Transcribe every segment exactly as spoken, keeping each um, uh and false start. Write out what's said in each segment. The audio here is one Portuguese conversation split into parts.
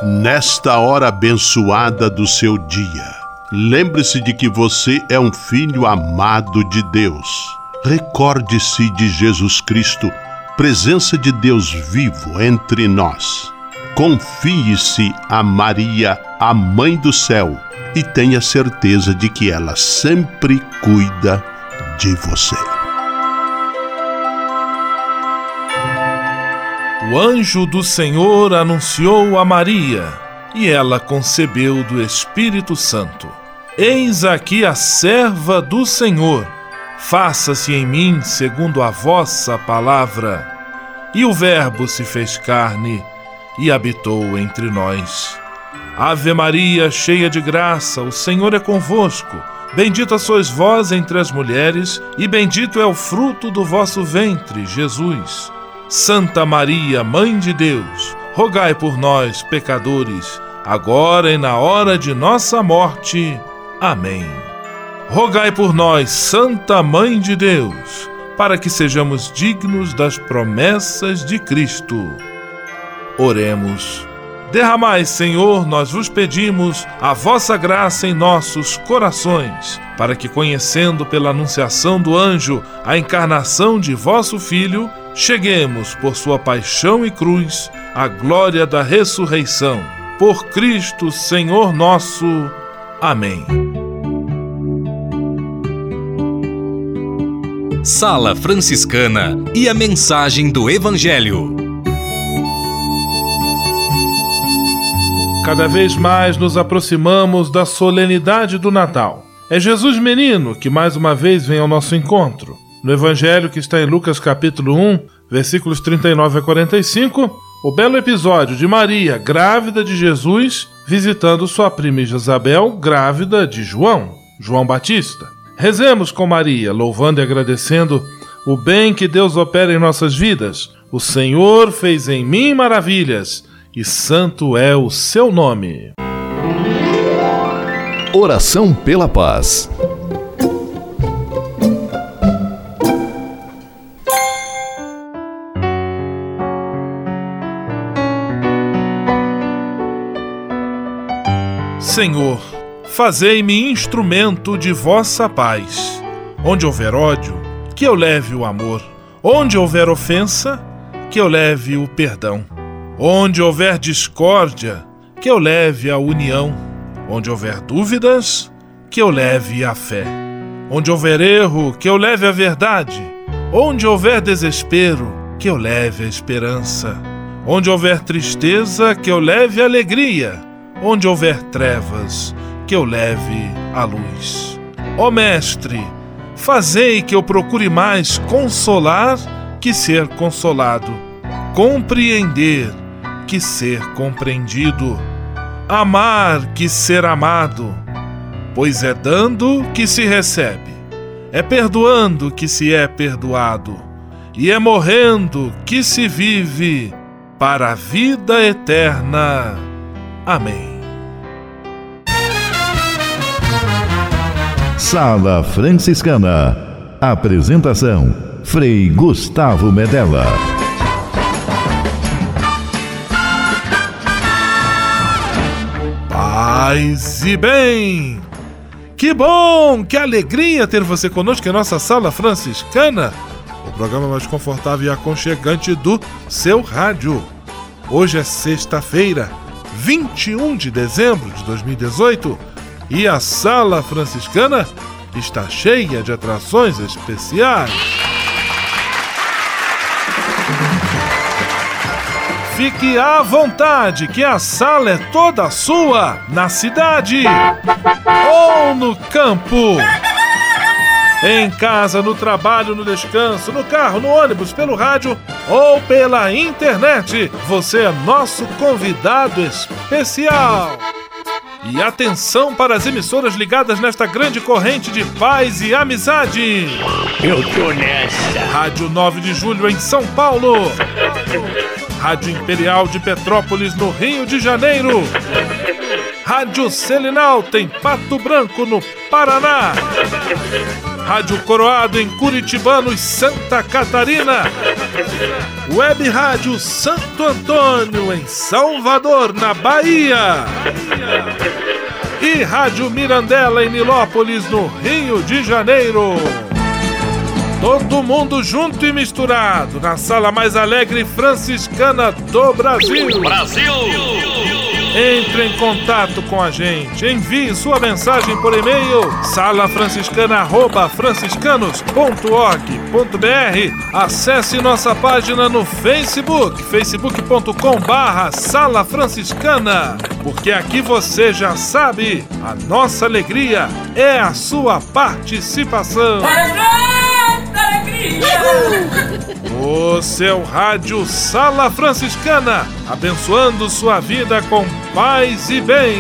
Nesta hora abençoada do seu dia, lembre-se de que você é um filho amado de Deus. Recorde-se de Jesus Cristo, presença de Deus vivo entre nós. Confie-se a Maria, a Mãe do Céu, e tenha certeza de que ela sempre cuida de você. O anjo do Senhor anunciou a Maria, e ela concebeu do Espírito Santo. Eis aqui a serva do Senhor, faça-se em mim segundo a vossa palavra. E o Verbo se fez carne e habitou entre nós. Ave Maria, cheia de graça, o Senhor é convosco. Bendita sois vós entre as mulheres, e bendito é o fruto do vosso ventre, Jesus. Santa Maria, Mãe de Deus, rogai por nós, pecadores, agora e na hora de nossa morte. Amém. Rogai por nós, Santa Mãe de Deus, para que sejamos dignos das promessas de Cristo. Oremos. Derramai, Senhor, nós vos pedimos, a vossa graça em nossos corações, para que, conhecendo pela anunciação do anjo a encarnação de vosso Filho, cheguemos, por sua paixão e cruz, à glória da ressurreição. Por Cristo, Senhor nosso. Amém. Sala Franciscana e a mensagem do Evangelho. Cada vez mais nos aproximamos da solenidade do Natal. É Jesus menino que mais uma vez vem ao nosso encontro. No Evangelho que está em Lucas capítulo um, versículos trinta e nove a quarenta e cinco, o belo episódio de Maria, grávida de Jesus, visitando sua prima Isabel, grávida de João, João Batista. Rezemos com Maria, louvando e agradecendo o bem que Deus opera em nossas vidas. O Senhor fez em mim maravilhas, e santo é o seu nome. Oração pela paz. Senhor, fazei-me instrumento de vossa paz. Onde houver ódio, que eu leve o amor. Onde houver ofensa, que eu leve o perdão. Onde houver discórdia, que eu leve a união. Onde houver dúvidas, que eu leve a fé. Onde houver erro, que eu leve a verdade. Onde houver desespero, que eu leve a esperança. Onde houver tristeza, que eu leve a alegria. Onde houver trevas, que eu leve a luz. Ó Mestre, fazei que eu procure mais consolar que ser consolado, compreender que ser compreendido, amar que ser amado, pois é dando que se recebe, é perdoando que se é perdoado, e é morrendo que se vive para a vida eterna. Amém. Sala Franciscana. Apresentação: Frei Gustavo Medella. Paz e bem! Que bom, que alegria ter você conosco em nossa Sala Franciscana, o programa mais confortável e aconchegante do seu rádio. Hoje é sexta-feira, vinte e um de dezembro de dois mil e dezoito, e a Sala Franciscana está cheia de atrações especiais. Fique à vontade, que a sala é toda sua, na cidade ou no campo. Em casa, no trabalho, no descanso, no carro, no ônibus, pelo rádio ou pela internet, você é nosso convidado especial. E atenção para as emissoras ligadas nesta grande corrente de paz e amizade. Eu tô nessa. Rádio nove de julho em São Paulo. Rádio Imperial de Petrópolis, no Rio de Janeiro. Rádio Selinalta em Pato Branco, no Paraná. Rádio Coroado em Curitibanos, Santa Catarina. Web Rádio Santo Antônio em Salvador, na Bahia. E Rádio Mirandela em Nilópolis, no Rio de Janeiro. Todo mundo junto e misturado na sala mais alegre franciscana do Brasil. Brasil! Entre em contato com a gente. Envie sua mensagem por e-mail sala franciscana arroba franciscanos ponto org ponto br. Acesse nossa página no Facebook, facebook ponto com barra sala franciscana. Porque aqui você já sabe, a nossa alegria é a sua participação. O seu rádio Sala Franciscana, abençoando sua vida com paz e bem.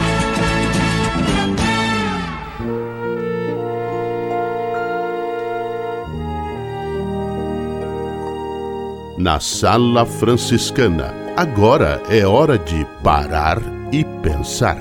Na Sala Franciscana, agora é hora de parar e pensar.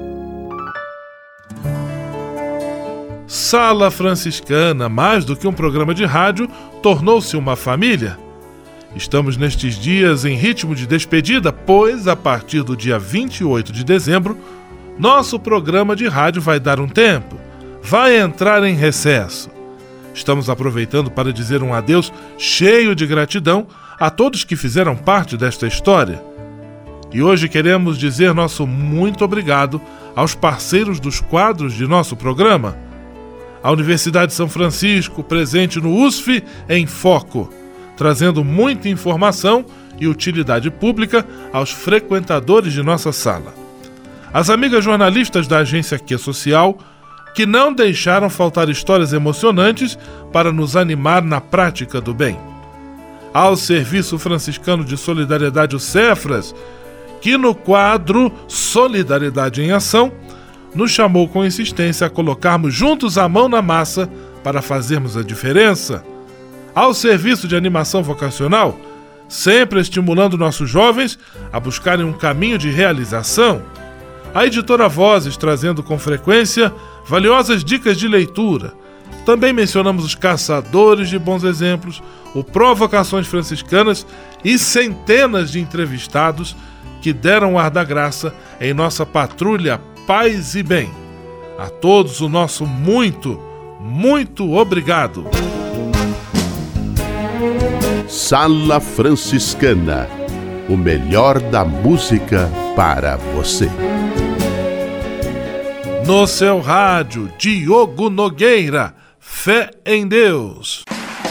Sala Franciscana, mais do que um programa de rádio, tornou-se uma família. Estamos nestes dias em ritmo de despedida, pois a partir do dia vinte e oito de dezembro, nosso programa de rádio vai dar um tempo, vai entrar em recesso. Estamos aproveitando para dizer um adeus cheio de gratidão a todos que fizeram parte desta história. E hoje queremos dizer nosso muito obrigado aos parceiros dos quadros de nosso programa. A Universidade de São Francisco, presente no U S F em Foco, trazendo muita informação e utilidade pública aos frequentadores de nossa sala. As amigas jornalistas da agência Q Social, que não deixaram faltar histórias emocionantes para nos animar na prática do bem. Ao Serviço Franciscano de Solidariedade, o Cefras, que no quadro Solidariedade em Ação, nos chamou com insistência a colocarmos juntos a mão na massa para fazermos a diferença. Ao Serviço de Animação Vocacional, sempre estimulando nossos jovens a buscarem um caminho de realização. A Editora Vozes, trazendo com frequência valiosas dicas de leitura. Também mencionamos os Caçadores de Bons Exemplos, o Provocações Franciscanas e centenas de entrevistados que deram o ar da graça em nossa patrulha Paz e Bem. A todos o nosso muito, muito obrigado. Sala Franciscana, o melhor da música para você. No seu rádio, Diogo Nogueira, Fé em Deus.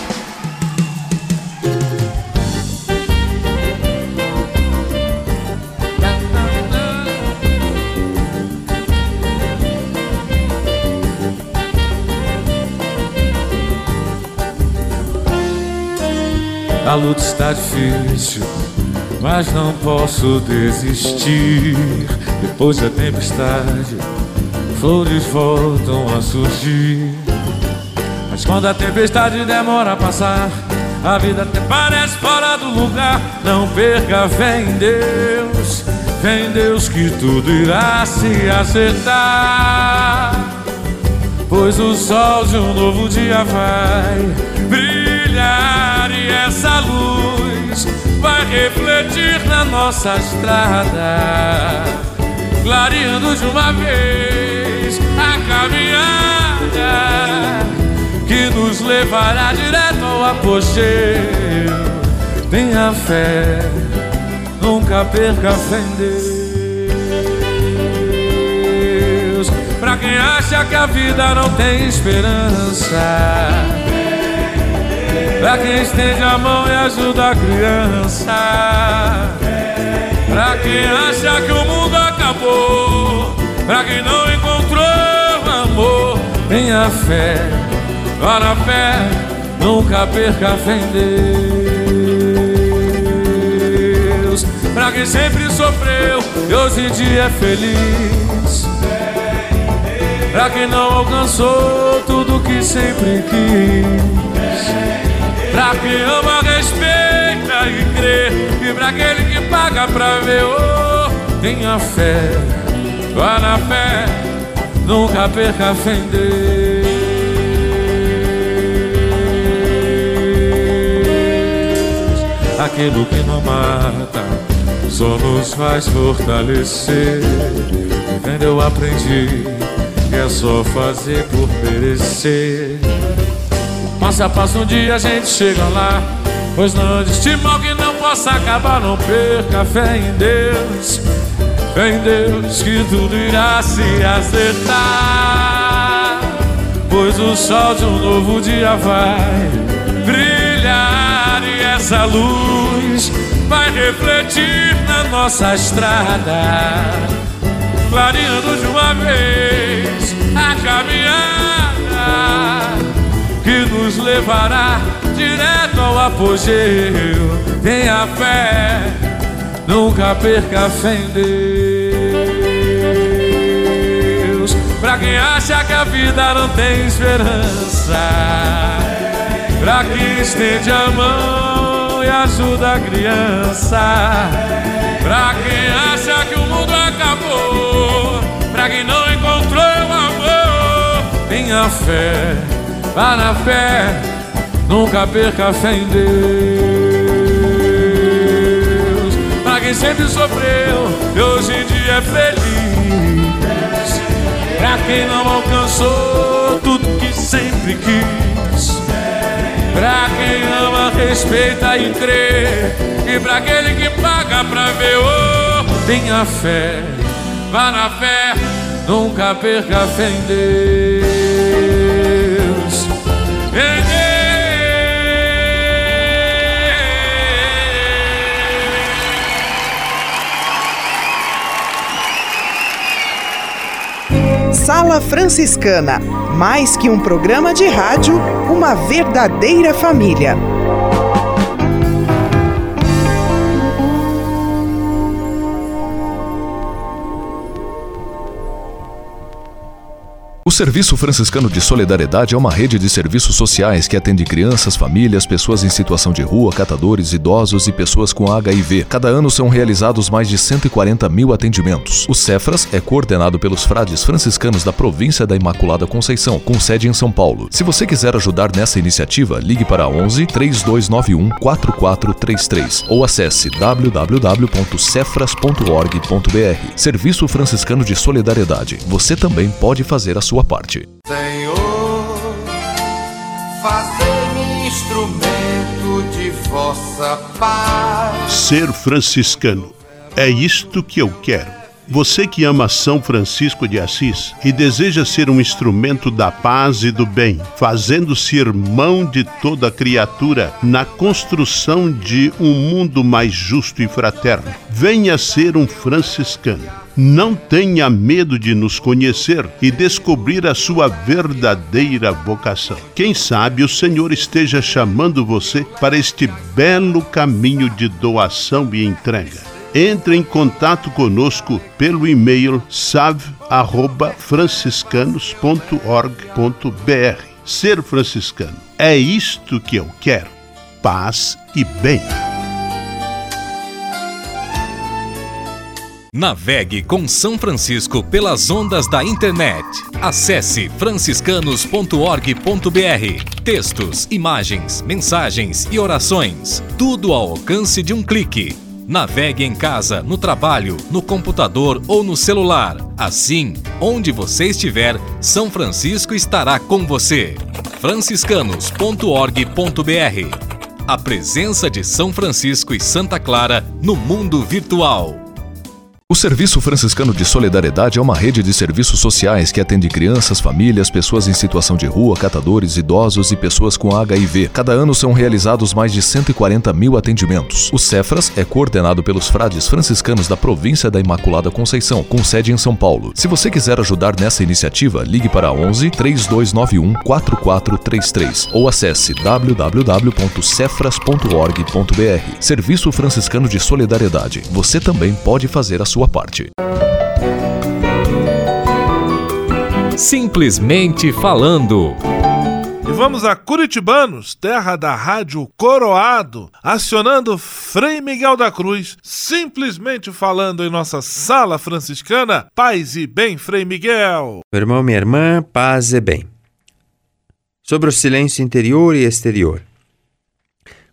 A luta está difícil, mas não posso desistir. Depois da tempestade, flores voltam a surgir. Mas quando a tempestade demora a passar, a vida até parece fora do lugar. Não perca, fé em Deus, fé em Deus que tudo irá se acertar. Pois o sol de um novo dia vai brilhar e essa luz vai refletir na nossa estrada, clareando de uma vez a caminhada que nos levará direto ao apogeu. Tenha fé, nunca perca a fé em Deus. Pra quem acha que a vida não tem esperança, pra quem estende a mão e ajuda a criança, pra quem acha que o mundo acabou, pra quem não encontrou amor, tenha fé, vá na fé, nunca perca a fé em Deus. Pra quem sempre sofreu e hoje em dia é feliz, pra quem não alcançou tudo que sempre quis, pra quem ama, respeita e crê, e pra aquele que paga pra ver, oh, tenha fé, vá na fé, nunca perca a fé em aquilo que não mata só nos faz fortalecer. Vivendo eu aprendi que é só fazer por merecer. Passo a passo um dia a gente chega lá, pois não existe mal que não possa acabar. Não perca fé em Deus, fé em Deus que tudo irá se acertar, pois o sol de um novo dia vai brilhar e essa luz vai refletir na nossa estrada, clareando de uma vez a caminhada que nos levará direto ao apogeu. Tenha fé, nunca perca a fé em Deus. Pra quem acha que a vida não tem esperança, pra quem estende a mão e ajuda a criança, pra quem acha que o mundo acabou, pra quem não encontrou o amor, tenha fé, vá na fé, nunca perca a fé em Deus. Pra quem sempre sofreu e hoje em dia é feliz, pra quem não alcançou tudo que sempre quis, pra quem ama, respeita e crê, e pra aquele que paga pra ver, oh, tenha fé, vá na fé, nunca perca a fé em Deus. Em Deus. Sala Franciscana, mais que um programa de rádio, uma verdadeira família. O Serviço Franciscano de Solidariedade é uma rede de serviços sociais que atende crianças, famílias, pessoas em situação de rua, catadores, idosos e pessoas com H I V. Cada ano são realizados mais de cento e quarenta mil atendimentos. O Cefras é coordenado pelos frades franciscanos da província da Imaculada Conceição, com sede em São Paulo. Se você quiser ajudar nessa iniciativa, ligue para onze, três dois nove um, quatro quatro três três ou acesse w w w ponto cefras ponto org ponto b r. Serviço Franciscano de Solidariedade. Você também pode fazer a sua parte. Senhor, fazei-me instrumento de vossa paz. Ser franciscano, é isto que eu quero. Você que ama São Francisco de Assis e deseja ser um instrumento da paz e do bem, fazendo-se irmão de toda criatura na construção de um mundo mais justo e fraterno, venha ser um franciscano. Não tenha medo de nos conhecer e descobrir a sua verdadeira vocação. Quem sabe o Senhor esteja chamando você para este belo caminho de doação e entrega. Entre em contato conosco pelo e-mail save arroba franciscanos ponto org ponto b r. Ser franciscano, é isto que eu quero. Paz e bem. Navegue com São Francisco pelas ondas da internet. Acesse franciscanos ponto org ponto b r. Textos, imagens, mensagens e orações. Tudo ao alcance de um clique. Navegue em casa, no trabalho, no computador ou no celular. Assim, onde você estiver, São Francisco estará com você. franciscanos ponto org ponto b r. A presença de São Francisco e Santa Clara no mundo virtual. O Serviço Franciscano de Solidariedade é uma rede de serviços sociais que atende crianças, famílias, pessoas em situação de rua, catadores, idosos e pessoas com H I V. Cada ano são realizados mais de cento e quarenta mil atendimentos. O Cefras é coordenado pelos frades franciscanos da província da Imaculada Conceição, com sede em São Paulo. Se você quiser ajudar nessa iniciativa, ligue para onze, três dois nove um, quatro quatro três três ou acesse w w w ponto cefras ponto org ponto b r. Serviço Franciscano de Solidariedade. Você também pode fazer a sua sua parte. Simplesmente falando. E vamos a Curitibanos, terra da Rádio Coroado, acionando Frei Miguel da Cruz, simplesmente falando em nossa sala franciscana. Paz e bem, Frei Miguel. Meu irmão, minha irmã, paz e bem. Sobre o silêncio interior e exterior.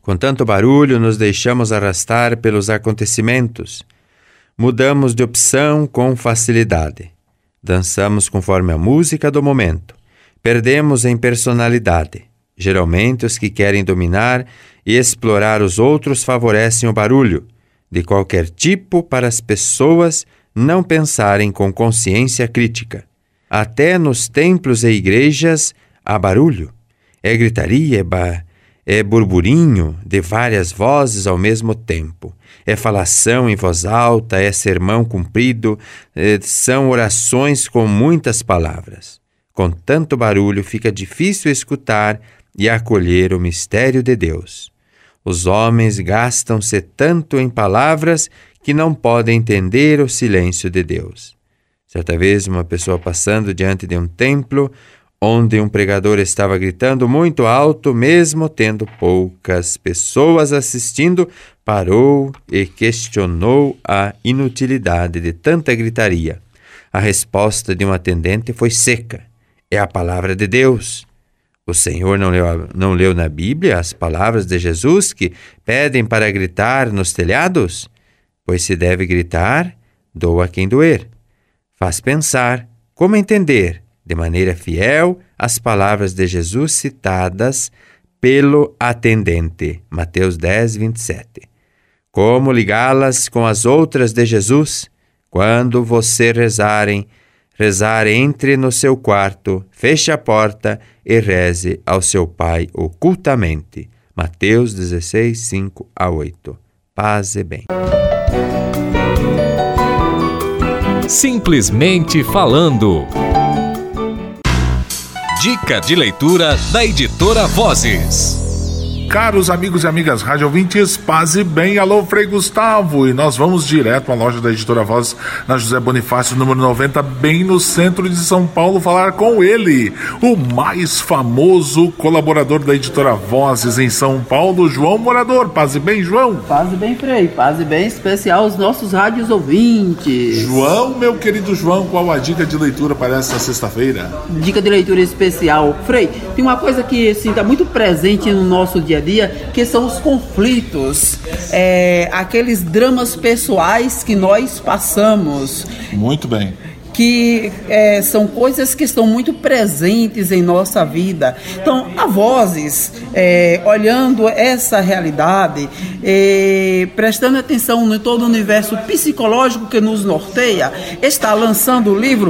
Com tanto barulho, nos deixamos arrastar pelos acontecimentos. Mudamos de opção com facilidade. Dançamos conforme a música do momento. Perdemos em personalidade. Geralmente, os que querem dominar e explorar os outros favorecem o barulho, de qualquer tipo, para as pessoas não pensarem com consciência crítica. Até nos templos e igrejas há barulho. É gritaria, é, ba... é burburinho de várias vozes ao mesmo tempo. É falação em voz alta, é sermão comprido, é... são orações com muitas palavras. Com tanto barulho fica difícil escutar e acolher o mistério de Deus. Os homens gastam-se tanto em palavras que não podem entender o silêncio de Deus. Certa vez, uma pessoa passando diante de um templo, onde um pregador estava gritando muito alto, mesmo tendo poucas pessoas assistindo, parou e questionou a inutilidade de tanta gritaria. A resposta de um atendente foi seca. É a palavra de Deus. O Senhor não leu, não leu na Bíblia as palavras de Jesus que pedem para gritar nos telhados? Pois se deve gritar, doa quem doer. Faz pensar como entender, de maneira fiel, as palavras de Jesus citadas pelo atendente. Mateus dez, vinte e sete. Como ligá-las com as outras de Jesus? Quando você rezarem, rezar, entre no seu quarto, feche a porta e reze ao seu Pai ocultamente. Mateus dezesseis, cinco a oito. Paz e bem. Simplesmente falando. Dica de leitura da Editora Vozes. Caros amigos e amigas rádio ouvintes, paz e bem, alô Frei Gustavo, e nós vamos direto à loja da Editora Vozes, na José Bonifácio, número noventa, bem no centro de São Paulo, falar com ele, o mais famoso colaborador da Editora Vozes em São Paulo, João Morador. Paz e bem, João. Paz e bem, Frei, paz e bem especial aos nossos rádios ouvintes. João, meu querido João, qual a dica de leitura para essa sexta-feira? Dica de leitura especial, Frei, tem uma coisa que assim, está muito presente no nosso dia a dia, que são os conflitos, é, aqueles dramas pessoais que nós passamos. Muito bem. Que é, são coisas que estão muito presentes em nossa vida. Então, a Vozes, é, olhando essa realidade, é, prestando atenção em todo o universo psicológico que nos norteia, está lançando o livro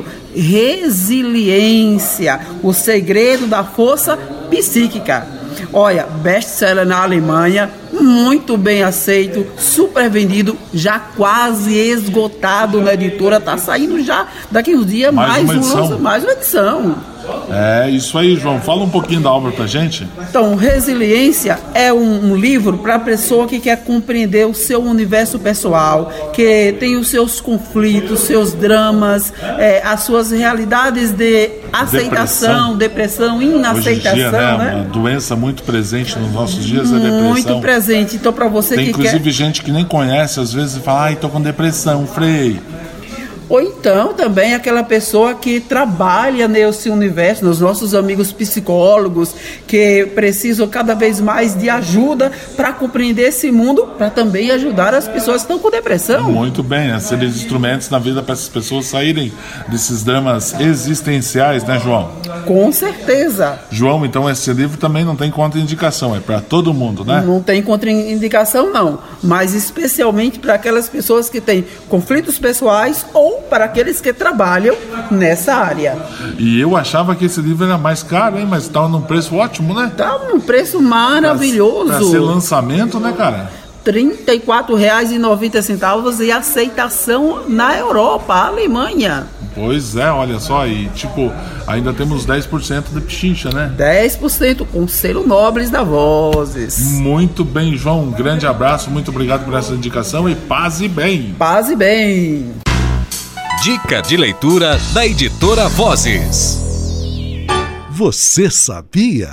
Resiliência, o segredo da força psíquica. Olha, best-seller na Alemanha, muito bem aceito, super vendido, já quase esgotado na editora, tá saindo já daqui uns dias mais, mais, uma, um lança, mais uma edição. É, isso aí, João. Fala um pouquinho da obra pra gente. Então, Resiliência é um, um livro para a pessoa que quer compreender o seu universo pessoal, que tem os seus conflitos, seus dramas, é, as suas realidades de aceitação, depressão, depressão inaceitação. Hoje em dia, né, né? Uma doença muito presente nos nossos dias é a depressão. Muito presente. Então, para você tem que inclusive quer... gente que nem conhece, às vezes fala, ai, tô com depressão, Frei. Ou então também aquela pessoa que trabalha nesse universo, nos nossos amigos psicólogos, que precisam cada vez mais de ajuda para compreender esse mundo, para também ajudar as pessoas que estão com depressão. Muito bem, né? Serem instrumentos na vida para essas pessoas saírem desses dramas existenciais, né, João? Com certeza. João, então esse livro também não tem contraindicação, é para todo mundo, né? Não tem contraindicação, não, mas especialmente para aquelas pessoas que têm conflitos pessoais ou para aqueles que trabalham nessa área. E eu achava que esse livro era mais caro, hein? Mas estava num preço ótimo, né? Estava num preço maravilhoso. Para ser lançamento, né, cara? trinta e quatro reais e noventa centavos e aceitação na Europa, Alemanha. Pois é, olha só, e tipo, ainda temos dez por cento de pichincha, né? dez por cento com selo Nobres da Vozes. Muito bem, João, um grande abraço, muito obrigado por essa indicação e paz e bem. Paz e bem. Dica de leitura da Editora Vozes. Você sabia?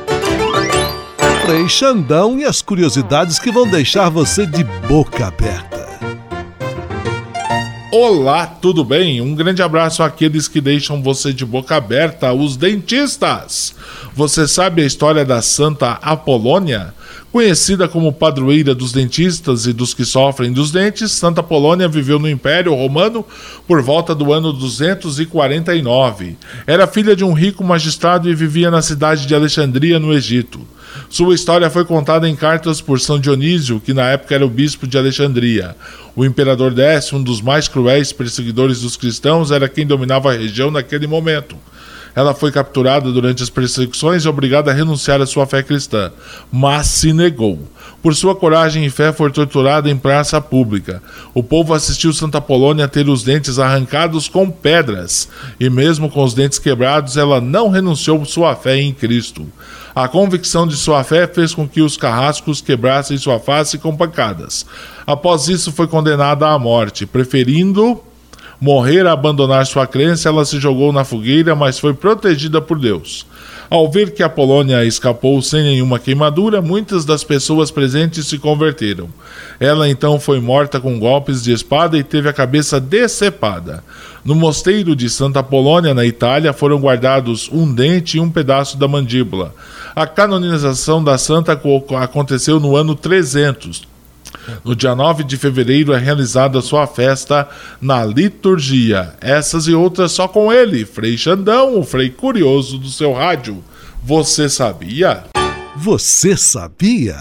Frei Xandão e as curiosidades que vão deixar você de boca aberta. Olá, tudo bem? Um grande abraço àqueles que deixam você de boca aberta, os dentistas. Você sabe a história da Santa Apolônia? Conhecida como padroeira dos dentistas e dos que sofrem dos dentes, Santa Apolônia viveu no Império Romano por volta do ano duzentos e quarenta e nove. Era filha de um rico magistrado e vivia na cidade de Alexandria, no Egito. Sua história foi contada em cartas por São Dionísio, que na época era o bispo de Alexandria. O imperador Décio, um dos mais cruéis perseguidores dos cristãos, era quem dominava a região naquele momento. Ela foi capturada durante as perseguições e obrigada a renunciar à sua fé cristã, mas se negou. Por sua coragem e fé, foi torturada em praça pública. O povo assistiu Santa Apolônia ter os dentes arrancados com pedras, e mesmo com os dentes quebrados, ela não renunciou sua fé em Cristo. A convicção de sua fé fez com que os carrascos quebrassem sua face com pancadas. Após isso, foi condenada à morte, preferindo morrer a abandonar sua crença. Ela se jogou na fogueira, mas foi protegida por Deus. Ao ver que Apolônia escapou sem nenhuma queimadura, muitas das pessoas presentes se converteram. Ela então foi morta com golpes de espada e teve a cabeça decepada. No mosteiro de Santa Apolônia, na Itália, foram guardados um dente e um pedaço da mandíbula. A canonização da santa aconteceu no ano trezentos. No dia nove de fevereiro é realizada sua festa na liturgia. Essas e outras só com ele, Frei Xandão, o Frei Curioso do seu rádio. Você sabia? Você sabia?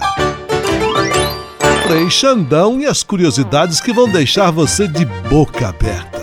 Frei Xandão e as curiosidades que vão deixar você de boca aberta.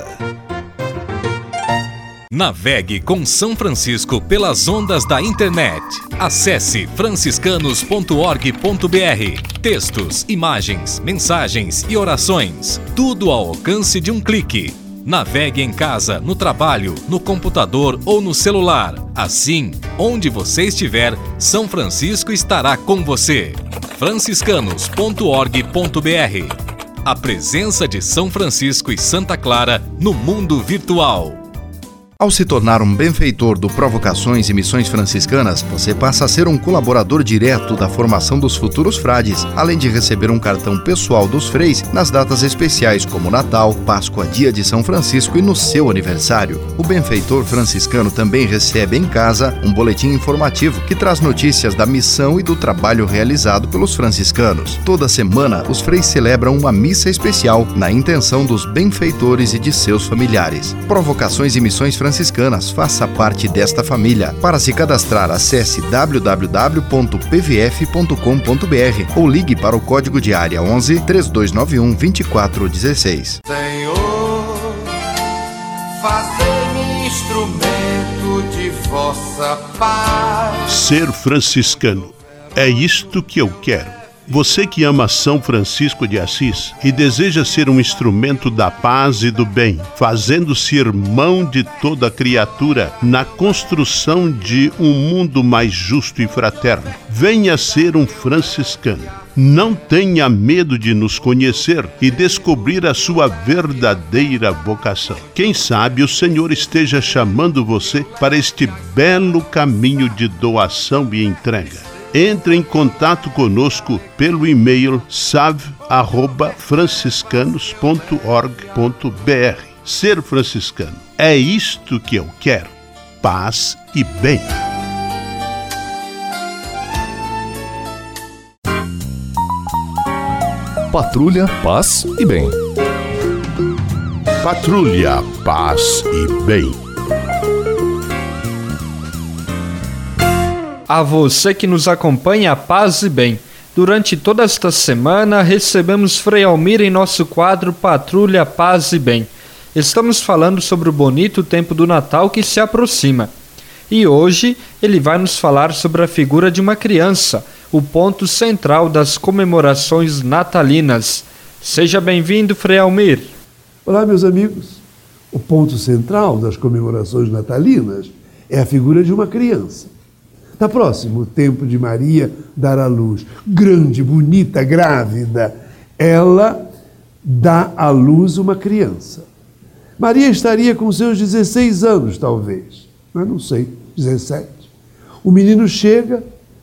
Navegue com São Francisco pelas ondas da internet. Acesse franciscanos ponto org ponto br. Textos, imagens, mensagens e orações. Tudo ao alcance de um clique. Navegue em casa, no trabalho, no computador ou no celular. Assim, onde você estiver, São Francisco estará com você. franciscanos ponto org ponto br. A presença de São Francisco e Santa Clara no mundo virtual. Ao se tornar um benfeitor do Provocações e Missões Franciscanas, você passa a ser um colaborador direto da formação dos futuros frades, além de receber um cartão pessoal dos freis nas datas especiais como Natal, Páscoa, Dia de São Francisco e no seu aniversário. O benfeitor franciscano também recebe em casa um boletim informativo que traz notícias da missão e do trabalho realizado pelos franciscanos. Toda semana, os freis celebram uma missa especial na intenção dos benfeitores e de seus familiares. Provocações e Missões Franciscanas Franciscanas, faça parte desta família. Para se cadastrar, acesse w w w ponto p v f ponto com ponto b r ou ligue para o código de área onze, três dois nove um, dois quatro um seis. Senhor, fazei-me instrumento de vossa paz. Ser franciscano, é isto que eu quero. Você que ama São Francisco de Assis e deseja ser um instrumento da paz e do bem, fazendo-se irmão de toda criatura na construção de um mundo mais justo e fraterno, venha ser um franciscano. Não tenha medo de nos conhecer e descobrir a sua verdadeira vocação. Quem sabe o Senhor esteja chamando você para este belo caminho de doação e entrega. Entre em contato conosco pelo e-mail save arroba franciscanos ponto org ponto br. Ser franciscano, é isto que eu quero. Paz e bem. Patrulha, paz e bem. Patrulha, paz e bem. A você que nos acompanha, paz e bem. Durante toda esta semana, recebemos Frei Almir em nosso quadro Patrulha, Paz e Bem. Estamos falando sobre o bonito tempo do Natal que se aproxima. E hoje ele vai nos falar sobre a figura de uma criança, o ponto central das comemorações natalinas. Seja bem-vindo, Frei Almir. Olá, meus amigos. O ponto central das comemorações natalinas é a figura de uma criança. Está próximo o tempo de Maria dar à luz. Grande, bonita, grávida. Ela dá à luz uma criança. Maria estaria com seus dezesseis anos, talvez. Mas não sei, dezessete. O menino chega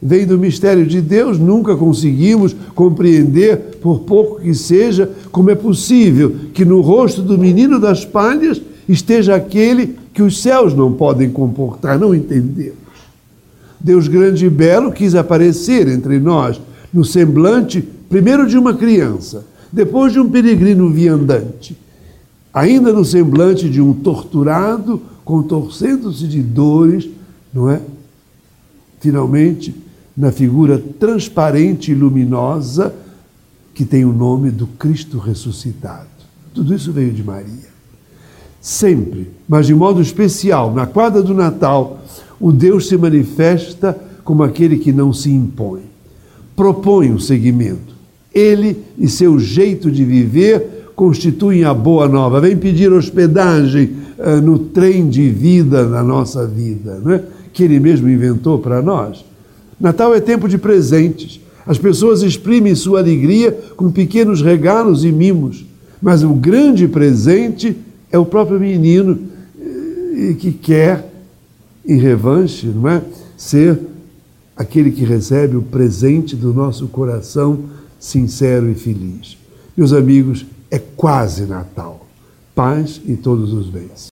vem do mistério de Deus, nunca conseguimos compreender, por pouco que seja, como é possível que no rosto do menino das palhas esteja aquele que os céus não podem comportar, não entendemos. Deus grande e belo quis aparecer entre nós no semblante, primeiro de uma criança, depois de um peregrino viandante, ainda no semblante de um torturado, contorcendo-se de dores, não é? Finalmente, na figura transparente e luminosa que tem o nome do Cristo ressuscitado. Tudo isso veio de Maria. Sempre, mas de modo especial, na quadra do Natal, o Deus se manifesta como aquele que não se impõe. Propõe um seguimento. Ele e seu jeito de viver constituem a boa nova. Vem pedir hospedagem uh, no trem de vida da nossa vida, não é? Que ele mesmo inventou para nós. Natal é tempo de presentes. As pessoas exprimem sua alegria com pequenos regalos e mimos. Mas o grande presente é o próprio menino uh, que quer, em revanche, não é? Ser aquele que recebe o presente do nosso coração sincero e feliz. Meus amigos, é quase Natal. Paz e todos os bens.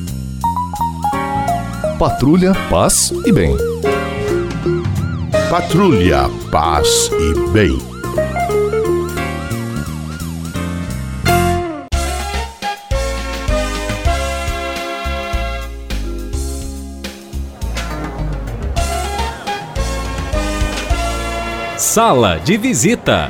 Patrulha, paz e bem. Patrulha, paz e bem. Sala de visita.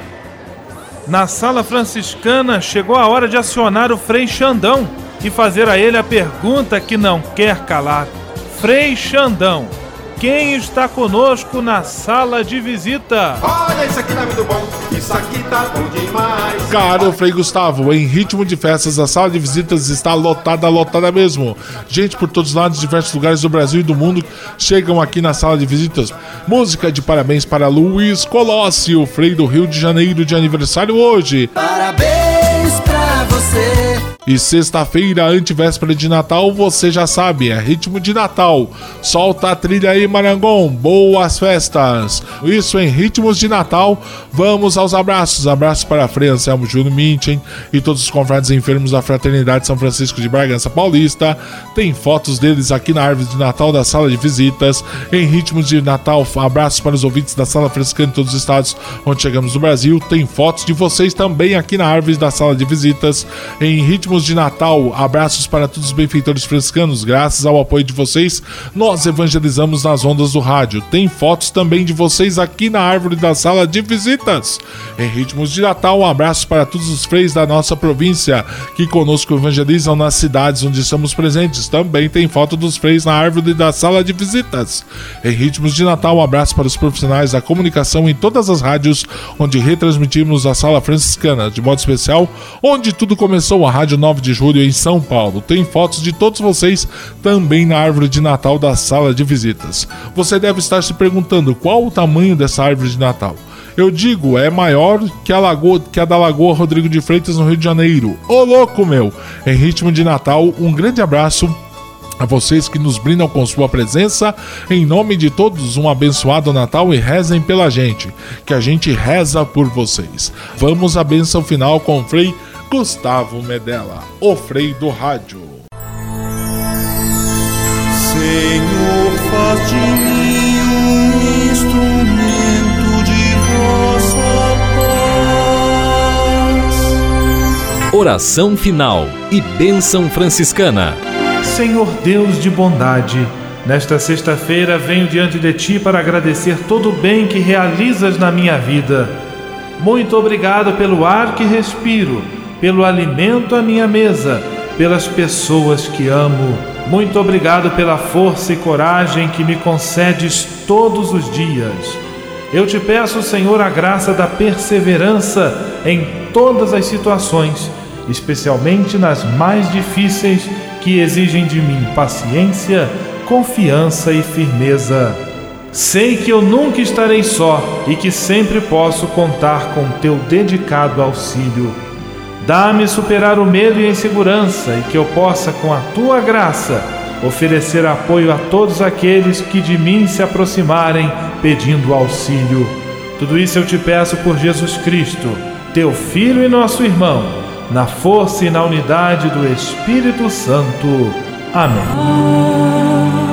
Na sala franciscana chegou a hora de acionar o Frei Xandão e fazer a ele a pergunta que não quer calar. Frei Xandão, quem está conosco na sala de visita? Olha, isso aqui tá muito bom, isso aqui tá bom demais. Caro Frei Gustavo, em ritmo de festas, a sala de visitas está lotada, lotada mesmo. Gente por todos os lados, diversos lugares do Brasil e do mundo chegam aqui na sala de visitas. Música de parabéns para Luiz Colossi, o Frei do Rio de Janeiro, de aniversário hoje. Parabéns pra você. E sexta-feira, antevéspera de Natal, você já sabe, é ritmo de Natal. Solta a trilha aí, Marangon, boas festas. Isso em ritmos de Natal, vamos aos abraços. Abraços para Frei Anselmo Júnior Minchen e todos os confrades enfermos da Fraternidade São Francisco de Bragança Paulista. Tem fotos deles aqui na árvore de Natal da sala de visitas. Em ritmos de Natal, abraços para os ouvintes da sala franciscana de todos os estados onde chegamos no Brasil. Tem fotos de vocês também aqui na árvore da sala de visitas. Em ritmos de Natal, abraços para todos os benfeitores franciscanos. Graças ao apoio de vocês, nós evangelizamos nas ondas do rádio. Tem fotos também de vocês aqui na árvore da sala de visitas. Em ritmos de Natal, abraços para todos os freis da nossa província que conosco evangelizam nas cidades onde estamos presentes. Também tem foto dos freis na árvore da sala de visitas. Em ritmos de Natal, abraço para os profissionais da comunicação em todas as rádios onde retransmitimos a sala franciscana, de modo especial, onde tudo começou, a Rádio nove de julho em São Paulo. Tem fotos de todos vocês também na árvore de Natal da sala de visitas. Você deve estar se perguntando qual o tamanho dessa árvore de Natal. Eu digo, é maior que a, Lagoa, que a da Lagoa Rodrigo de Freitas, no Rio de Janeiro. Ô louco, meu! Em ritmo de Natal, um grande abraço a vocês que nos brindam com sua presença. Em nome de todos, um abençoado Natal e rezem pela gente, que a gente reza por vocês. Vamos à bênção final com o Frei Gustavo Medella, o Frei do Rádio. Senhor, faz de mim um instrumento de vossa paz. Oração final e bênção franciscana. Senhor Deus de bondade, nesta sexta-feira venho diante de Ti para agradecer todo o bem que realizas na minha vida. Muito obrigado pelo ar que respiro, pelo alimento à minha mesa, pelas pessoas que amo. Muito obrigado pela força e coragem que me concedes todos os dias. Eu te peço, Senhor, a graça da perseverança em todas as situações, especialmente nas mais difíceis, que exigem de mim paciência, confiança e firmeza. Sei que eu nunca estarei só e que sempre posso contar com teu dedicado auxílio. Dá-me superar o medo e a insegurança e que eu possa, com a tua graça, oferecer apoio a todos aqueles que de mim se aproximarem pedindo auxílio. Tudo isso eu te peço por Jesus Cristo, teu Filho e nosso irmão, na força e na unidade do Espírito Santo. Amém.